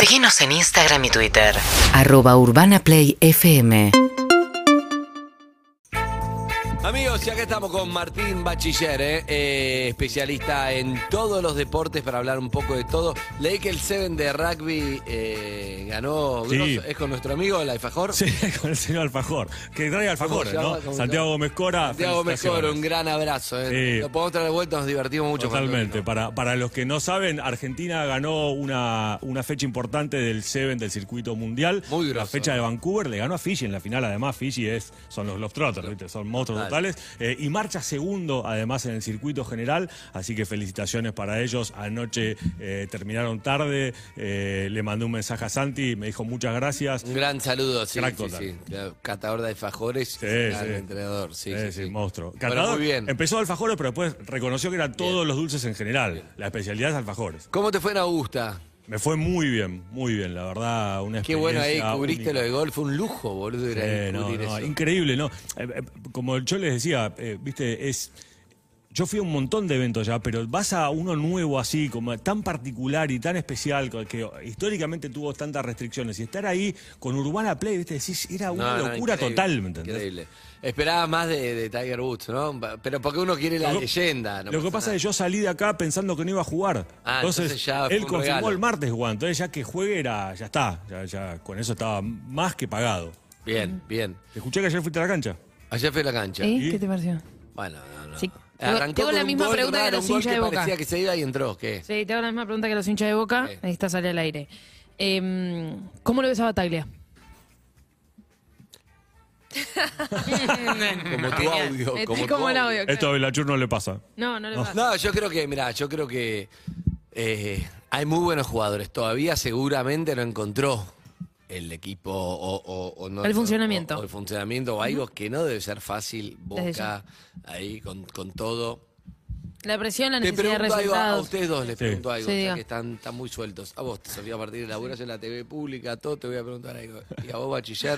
Seguinos en Instagram y Twitter. @UrbanaPlayFM. Amigos, y acá estamos con Martín Bachiller, especialista en todos los deportes para hablar un poco de todo. Leí que el Seven de rugby ganó, Sí. ¿Es con nuestro amigo el Alfajor? Sí, con el señor Alfajor. Que traiga Alfajor, ¿Cómo se ¿no? llama? Santiago Gómez Cora. Santiago Mejor, un gran abrazo. Sí. Lo podemos traer de vuelta, nos divertimos mucho. Totalmente. Con Para los que no saben, Argentina ganó una fecha importante del Seven del circuito mundial. Muy La grosso. fecha de Vancouver le ganó a Fiji en la final. Además, Fiji son los Globetrotters, ¿viste? Son monstruos Dale. totales. Y marcha segundo, además, en el circuito general. Así que felicitaciones para ellos. Anoche terminaron tarde. Le mandé un mensaje a Santi. Me dijo muchas gracias. Un gran saludo, sí. Crack Sí, total. sí. Catador de alfajores, Sí, gran sí. entrenador. Sí, sí. Monstruo. Bueno, Catador, muy bien. empezó alfajores, pero después reconoció que eran todos los dulces en general. La especialidad es alfajores. ¿Cómo te fue en Augusta? Me fue muy bien, la verdad, una Qué experiencia bueno ahí, cubriste única. lo de golf, fue un lujo, boludo, ir ahí, cubrir eso. Increíble, ¿no? Como yo les decía, viste, yo fui a un montón de eventos ya, pero vas a uno nuevo así, como tan particular y tan especial, que históricamente tuvo tantas restricciones. Y estar ahí con Urbana Play, viste, decís, era una locura increíble, total, ¿me entendés? Increíble. Esperaba más de Tiger Woods, ¿no? Pero porque uno quiere la leyenda. Lo que pasa es que yo salí de acá pensando que no iba a jugar. Entonces ya fue él un confirmó regalo. el martes jugando. Entonces ya que juegue ya está. Ya con eso estaba más que pagado. Bien, bien. Te escuché que ayer fuiste a la cancha. Ayer fue la cancha. ¿Y? ¿Qué te pareció? Bueno, no. Sí. Arrancó Tengo la con un misma gol pregunta que raro, los un gol hinchas que de Boca. parecía que se iba y entró. ¿Qué? Sí, tengo la misma pregunta que los hinchas de Boca. Sí. Ahí está, sale al aire. ¿Cómo lo ves a Bataglia? Como tu audio. Estoy Como como tu el audio. audio. Esto a Belachur no le pasa. No le pasa. No, yo creo que hay muy buenos jugadores. Todavía seguramente no encontró el equipo o no. El funcionamiento. O el funcionamiento o algo que no debe ser fácil. Desde Boca ahí con todo. La presión, la Te necesidad de pregunto algo a resultados. ustedes dos, les pregunto algo, Sí, ya diga. que están muy sueltos. A vos, Sofía, a partir de laburas en la TV pública, todo te voy a preguntar algo. Y a vos, Bachiller.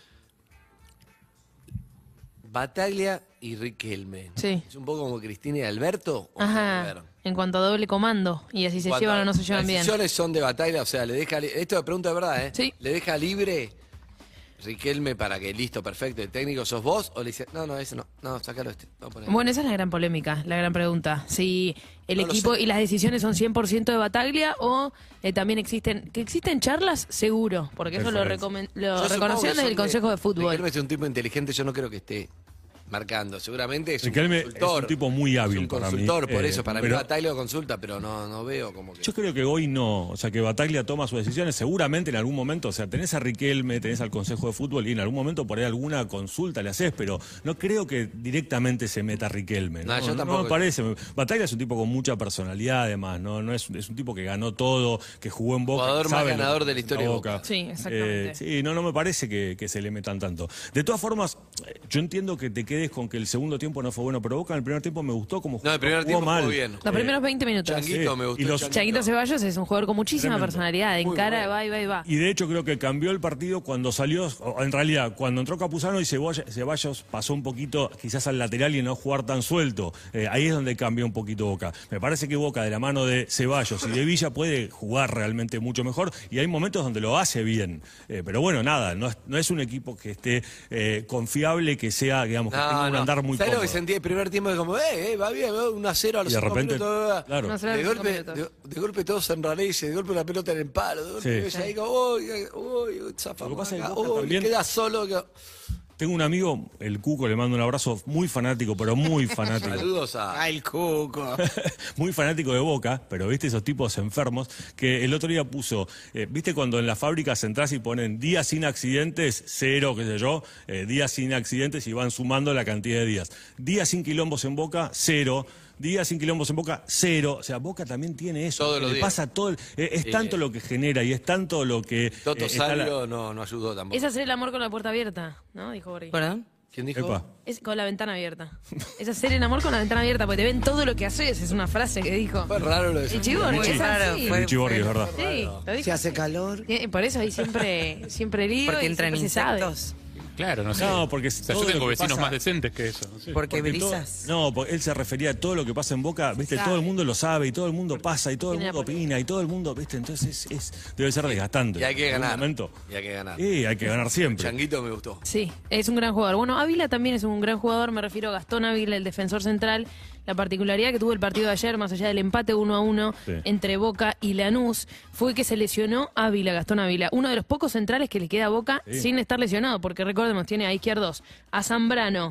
Bataglia y Riquelme. Sí. ¿Es un poco como Cristina y Alberto? ¿O nada que Ajá. ver? En cuanto a doble comando. Y así se Cuando llevan o no se llevan las bien. decisiones son de Bataglia, o sea, le deja. Esto me pregunto de verdad, ¿eh? Sí. ¿Le deja libre Riquelme para que listo, perfecto, el técnico sos vos? ¿O le dice, no, ese no, sácalo este? No, poné. Bueno, esa es la gran polémica, la gran pregunta. Si el No lo equipo sé. y las decisiones son 100% de Bataglia o también existen charlas, seguro, porque eso lo Yo supongo reconocieron que desde son el Consejo de Fútbol. Riquelme es un tipo inteligente, yo no creo que esté marcando. Seguramente es un Riquelme consultor. es un tipo muy hábil Es un para mí. consultor, por eso. Para mí pero- Bataglia lo consulta, pero no veo como que... Yo creo que hoy no, o sea que Bataglia toma sus decisiones, seguramente en algún momento, o sea, tenés a Riquelme, tenés al Consejo de Fútbol y en algún momento por ahí alguna consulta le haces, pero no creo que directamente se meta Riquelme. No, yo tampoco. No me parece. Bataglia es un tipo con mucha personalidad además, no es un tipo que ganó todo, que jugó en Boca. Jugador que más sabe lo ganador que de la historia de Boca. Sí, exactamente. Sí, no me parece que se le metan tanto. De todas formas, yo entiendo que te quedes con que el segundo tiempo no fue bueno, pero Boca en el primer tiempo me gustó como No, el primer jugó tiempo mal. jugó bien. Los primeros 20 minutos. Changuito Sí. me gustó. Y los- Changuito Ceballos es un jugador con muchísima Tremendo. personalidad, Muy encara, bueno. va y va. Y de hecho creo que cambió el partido cuando salió, o en realidad, cuando entró Campuzano y Ceballos pasó un poquito quizás al lateral y no jugar tan suelto. Ahí es donde cambió un poquito Boca. Me parece que Boca de la mano de Ceballos y de Villa puede jugar realmente mucho mejor y hay momentos donde lo hace bien. Pero bueno, nada, no es un equipo que esté confiable, que sea, digamos, que tenga un andar muy ¿Sabes lo que cómodo. sentí el primer tiempo? De como, va bien, 1-0 a los Y de 5 repente, minutos. claro. 1-0 a De los golpe, 5 minutos. de golpe todo se enrarece, de golpe la pelota en el palo, de golpe Sí. ves ahí como, uy, zafamos Lo que pasa es que acá, Boca uy, también- queda solo. Tengo un amigo, el Cuco, le mando un abrazo, muy fanático, pero muy fanático. Saludos a... El Cuco. Muy fanático de Boca, pero viste esos tipos enfermos, que el otro día puso, viste cuando en las fábricas entras y ponen días sin accidentes, 0, qué sé yo, días sin accidentes y van sumando la cantidad de días. Días sin quilombos en Boca, 0. Días sin quilombos en Boca, 0. O sea, Boca también tiene eso. Todos los Le días. pasa todo. Es tanto lo que genera y es tanto lo que. Toto está la- Salvio no ayudó tampoco. Es hacer el amor con la puerta abierta, ¿no? Dijo Borghi. ¿Perdón? ¿Quién dijo? Epa. Es con la ventana abierta. Es hacer el amor con la ventana abierta, porque te ven todo lo que haces. Es una frase que dijo. Fue raro lo de Y Chivo, Muy es raro, así. fue- Richie Borghi, es verdad. Sí, lo dijo Si hace así. calor. Por eso ahí siempre lío Porque y entran siempre se sabe. insectos. Claro, no sé. No, porque o sea, yo todo tengo lo que vecinos pasa- más decentes que eso. No sé. Porque Porque todo- brisas. no, porque él se refería a todo lo que pasa en Boca, ¿viste? Todo el mundo lo sabe y todo el mundo pasa y todo el Tiene mundo la opina y todo el mundo, ¿viste? Entonces debe ser desgastante. Y hay que En un ganar. momento. Y hay que ganar. Y hay que ganar siempre. Changuito me gustó. Sí, es un gran jugador. Bueno, Ávila también es un gran jugador, me refiero a Gastón Ávila, el defensor central. La particularidad que tuvo el partido de ayer, más allá del empate 1-1 Sí. entre Boca y Lanús, fue que se lesionó Ávila, Gastón Ávila, uno de los pocos centrales que le queda a Boca Sí. sin estar lesionado, porque recordemos, tiene a Izquierdos, a Zambrano,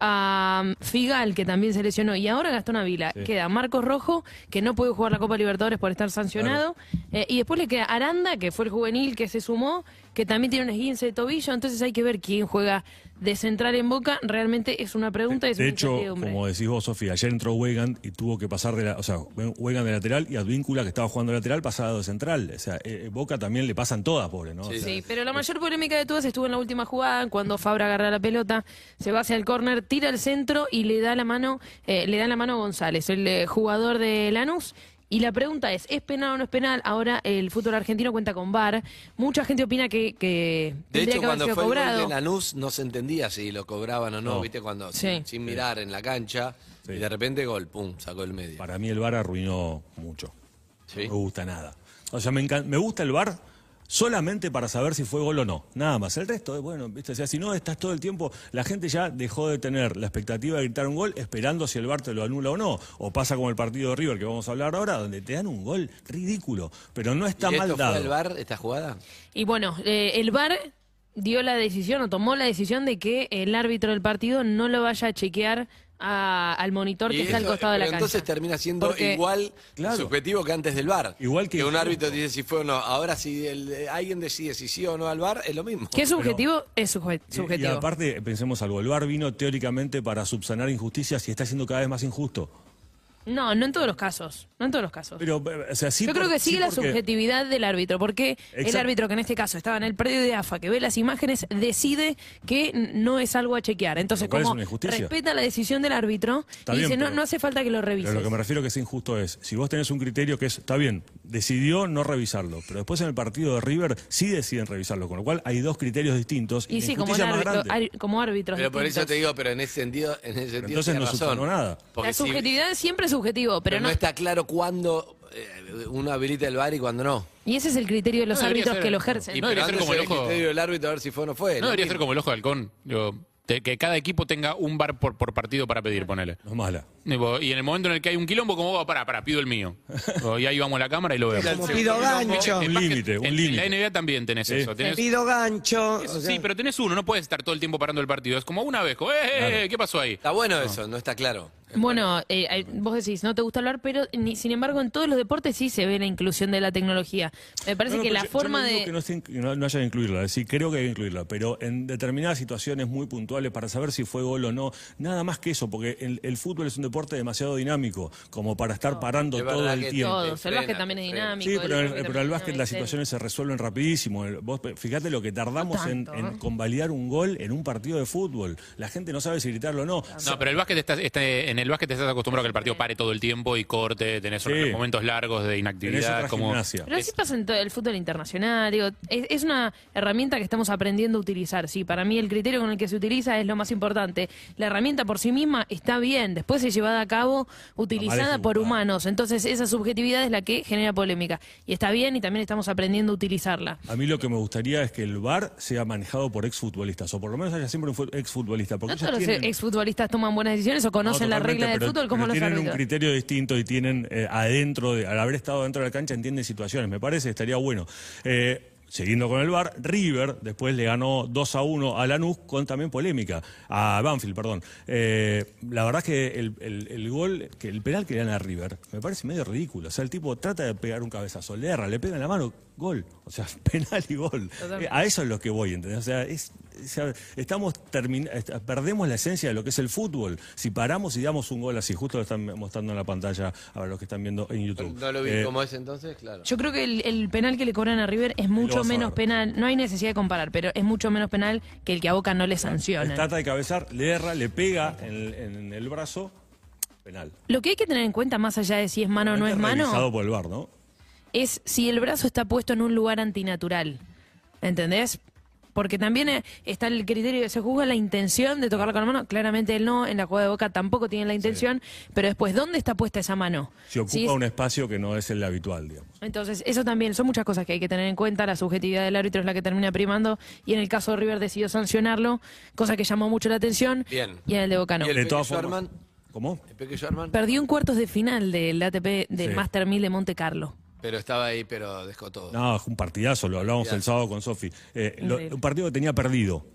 a Figal, que también se lesionó, y ahora Gastón Ávila. Sí. Queda Marcos Rojo, que no puede jugar la Copa Libertadores por estar sancionado, y después le queda Aranda, que fue el juvenil que se sumó, que también tiene un esguince de tobillo, entonces hay que ver quién juega de central en Boca. Realmente es una pregunta, es De una hecho, incertidumbre. como decís vos, Sofía, ayer entró Weigand y tuvo que pasar o sea, Weigand de lateral y Advíncula, que estaba jugando de lateral, pasado de central. O sea, Boca también le pasan todas, pobre, ¿no? Sí, O sea, Sí, pero la mayor polémica de todas estuvo en la última jugada, cuando Fabra agarra la pelota, se va hacia el córner, tira al centro y le da la mano a González, el jugador de Lanús. Y la pregunta ¿es penal o no es penal? Ahora el fútbol argentino cuenta con VAR. Mucha gente opina que De tendría hecho, que haber cuando sido fue el gol cobrado. de Lanús no se entendía si lo cobraban o no, No. ¿viste? Cuando Sí. sin mirar en la cancha Sí. y de repente gol, pum, sacó el medio. Para mí el VAR arruinó mucho. Sí. No me gusta nada. O sea, me gusta el VAR solamente para saber si fue gol o no. Nada más. El resto, bueno, ¿viste? O sea, si no estás todo el tiempo, la gente ya dejó de tener la expectativa de gritar un gol esperando si el VAR te lo anula o no. O pasa como el partido de River que vamos a hablar ahora, donde te dan un gol ridículo, pero no está ¿Y mal esto dado. fue el VAR, esta jugada? Y bueno, el VAR dio la decisión o tomó la decisión de que el árbitro del partido no lo vaya a chequear al monitor que Y está al eso- costado de la pero cancha. entonces termina siendo Porque- igual Claro. subjetivo que antes del VAR. Igual que- un árbitro dice si fue o no. Ahora si alguien decide si sí o no al VAR, es lo mismo. ¿Qué es subjetivo? Es Y subjetivo. aparte, pensemos algo, el VAR vino teóricamente para subsanar injusticias y está siendo cada vez más injusto. No en todos los casos. No en todos los casos. Pero, o sea, sí Yo creo por- que sí sigue la porque- subjetividad del árbitro, porque el Exacto. árbitro que en este caso estaba en el predio de AFA, que ve las imágenes, decide que no es algo a chequear. Entonces, Lo cual es como una injusticia. respeta la decisión del árbitro Está y bien, dice, pero- no hace falta que lo revises. Pero lo que me refiero que es injusto es, si vos tenés un criterio que es, está bien, decidió no revisarlo, pero después en el partido de River sí deciden revisarlo, con lo cual hay dos criterios distintos y, Y la sí, como, injusticia más grande. como árbitros Pero por eso distintos. te digo, pero en ese sentido Entonces tienes no razón. subsanó nada. Porque La si- subjetividad siempre es subjetivo, pero no está claro cuándo uno habilita el VAR y cuándo no. Y ese es el criterio de los No, debería árbitros ser- que lo ejercen. Y No pero debería ser antes como el era ojo- criterio del árbitro a ver si fue o no fue. No lo debería mismo. ser como el ojo de halcón. Digo, que cada equipo tenga un VAR por partido para pedir, ponele. No es mala. Y en el momento en el que hay un quilombo, como va, pará, pido el mío. Y ahí vamos a la cámara y lo vemos. Como pido gancho. Un límite, un En límite. la NBA también tenés Sí. eso. Tenés, Pido gancho. o sea, sí, pero tenés uno, no puedes estar todo el tiempo parando el partido. Es como una vez, como, ¿qué pasó ahí? Está bueno eso, no está claro. Bueno, vos decís, no te gusta hablar, pero sin embargo en todos los deportes sí se ve la inclusión de la tecnología. Me parece No, que pero la yo forma no digo de... que no haya que incluirla, sí, creo que hay que incluirla, pero en determinadas situaciones muy puntuales para saber si fue gol o no, nada más que eso, porque el fútbol es un deporte demasiado dinámico, como para estar parando es todo verdad el que tiempo. Todos, el frena, básquet también es frena. dinámico. Sí, el pero, rugby pero también el es básquet las dinámico. situaciones se resuelven rapidísimo. Vos fíjate lo que tardamos en convalidar un gol en un partido de fútbol. La gente no sabe si gritarlo o no. No, pero el básquet en el básquet estás acostumbrado a que el partido pare todo el tiempo y corte, tenés Sí. momentos largos de Tenés inactividad. otra Como, gimnasia. Pero así pasa en todo el fútbol internacional. Digo, es una herramienta que estamos aprendiendo a utilizar. Sí, para mí el criterio con el que se utiliza es lo más importante. La herramienta por sí misma está bien, después es llevada a cabo utilizada por ejecutada. humanos. Entonces esa subjetividad es la que genera polémica. Y está bien y también estamos aprendiendo a utilizarla. A mí lo que me gustaría es que el VAR sea manejado por exfutbolistas, o por lo menos haya siempre un exfutbolista. Porque ¿No ellos todos los tienen- exfutbolistas toman buenas decisiones o conocen No, la regla del totalmente, fútbol como pero los tienen un árbitros? criterio distinto y tienen al haber estado dentro de la cancha, entienden situaciones. Me parece que estaría bueno. Siguiendo con el VAR, River después le ganó 2-1 a Lanús con también polémica, a Banfield, perdón. La verdad es que el gol, que el penal que le dan a River, me parece medio ridículo. O sea, el tipo trata de pegar un cabezazo, le erra, le pega en la mano, gol. O sea, penal y gol. A eso es lo que voy, ¿entendés? O sea, perdemos la esencia de lo que es el fútbol. Si paramos y damos un gol así, justo lo están mostrando en la pantalla a los que están viendo en YouTube. No lo vi como es entonces, claro. Yo creo que el penal que le cobran a River es lo mucho vas a menos ver. penal. No hay necesidad de comparar, pero es mucho menos penal que el que a Boca no le sancionan. Trata de cabezar, le erra, le pega en el brazo, penal. Lo que hay que tener en cuenta, más allá de si es mano o no es Revisado mano, por el VAR, ¿no? es si el brazo está puesto en un lugar antinatural. ¿Entendés? porque también está el criterio que se juzga la intención de tocarla con la mano. Claramente él no, en la jugada de Boca tampoco tiene la intención, pero después, ¿dónde está puesta esa mano? Se ocupa ¿Sí? un espacio que no es el habitual, digamos. Entonces, eso también, son muchas cosas que hay que tener en cuenta, la subjetividad del árbitro es la que termina primando, y en el caso de River decidió sancionarlo, cosa que llamó mucho la atención, Bien. y en el de Boca no. ¿Y el De todas Peque formas- Schwarman? ¿Cómo? ¿El Peque Schwarman? Perdió en cuartos de final del ATP del Sí. Master 1000 de Monte Carlo. Pero estaba ahí, pero dejó todo. No, es un partidazo, lo hablábamos el sábado con Sofi. Increíble. Un partido que tenía perdido,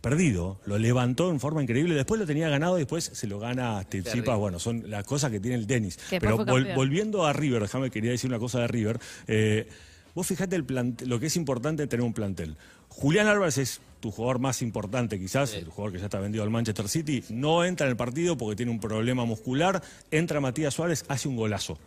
lo levantó en forma increíble, después lo tenía ganado y después se lo gana Terrible. Tsitsipas. Bueno, son las cosas que tiene el tenis. Que después Pero fue campeón. volviendo a River, quería decir una cosa de River. Vos fijate lo que es importante tener un plantel. Julián Álvarez es tu jugador más importante, quizás, el jugador que ya está vendido al Manchester City. No entra en el partido porque tiene un problema muscular. Entra Matías Suárez, hace un golazo.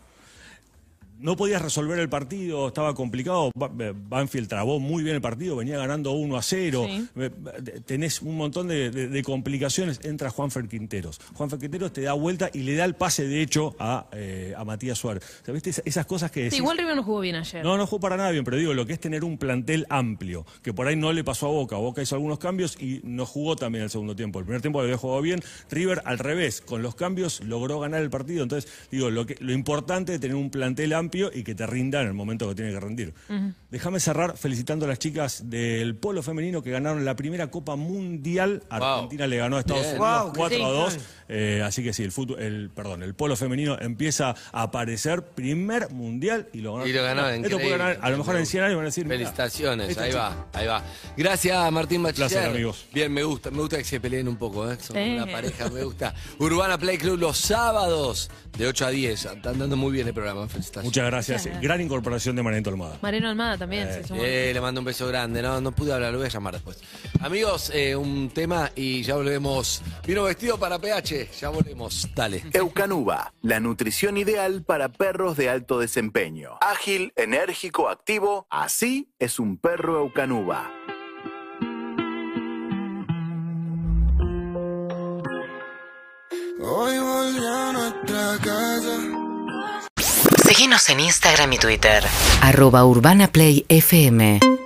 No podías resolver el partido, estaba complicado. Banfield trabó muy bien el partido, venía ganando 1-0. Sí. Tenés un montón de complicaciones. Entra Juanfer Quinteros. Juanfer Quinteros te da vuelta y le da el pase de hecho a Matías Suárez. O sea, ¿viste? Esas cosas que decís. Sí, igual River no jugó bien ayer. No jugó para nada bien, pero digo, lo que es tener un plantel amplio, que por ahí no le pasó a Boca. Boca hizo algunos cambios y no jugó también el segundo tiempo. El primer tiempo había jugado bien. River, al revés, con los cambios logró ganar el partido. Entonces, digo, lo importante es tener un plantel amplio y que te rinda en el momento que tiene que rendir. Déjame cerrar felicitando a las chicas del polo femenino que ganaron la primera Copa Mundial. Argentina le ganó a Estados Bien. Unidos Wow, 4-2. Así que sí, el polo femenino empieza a aparecer. Primer mundial y lo ganó. Y lo ganó, Esto puede increíble. ganar, a lo mejor en 100 años van a decir. mirá, Felicitaciones, esta ahí chica- va. Gracias, Martín Bachiller. Placer, amigos. Bien, me gusta que se peleen un poco, ¿eh? Son Sí. una pareja, me gusta. Urbana Play Club los sábados de 8 a 10. Están dando muy bien el programa, felicitaciones. Muchas gracias. Muchas gracias. Gran incorporación de Mariano Almada. Mariano Almada también se sumó. Le mando un beso grande, no pude hablar, lo voy a llamar después. Amigos, un tema y ya volvemos. Vino vestido para PH, ya volvemos, dale. Eukanuba, la nutrición ideal para perros de alto desempeño. Ágil, enérgico, activo, así es un perro Eukanuba. Hoy volví a nuestra casa. Síguenos en Instagram y Twitter. @UrbanaPlayFM.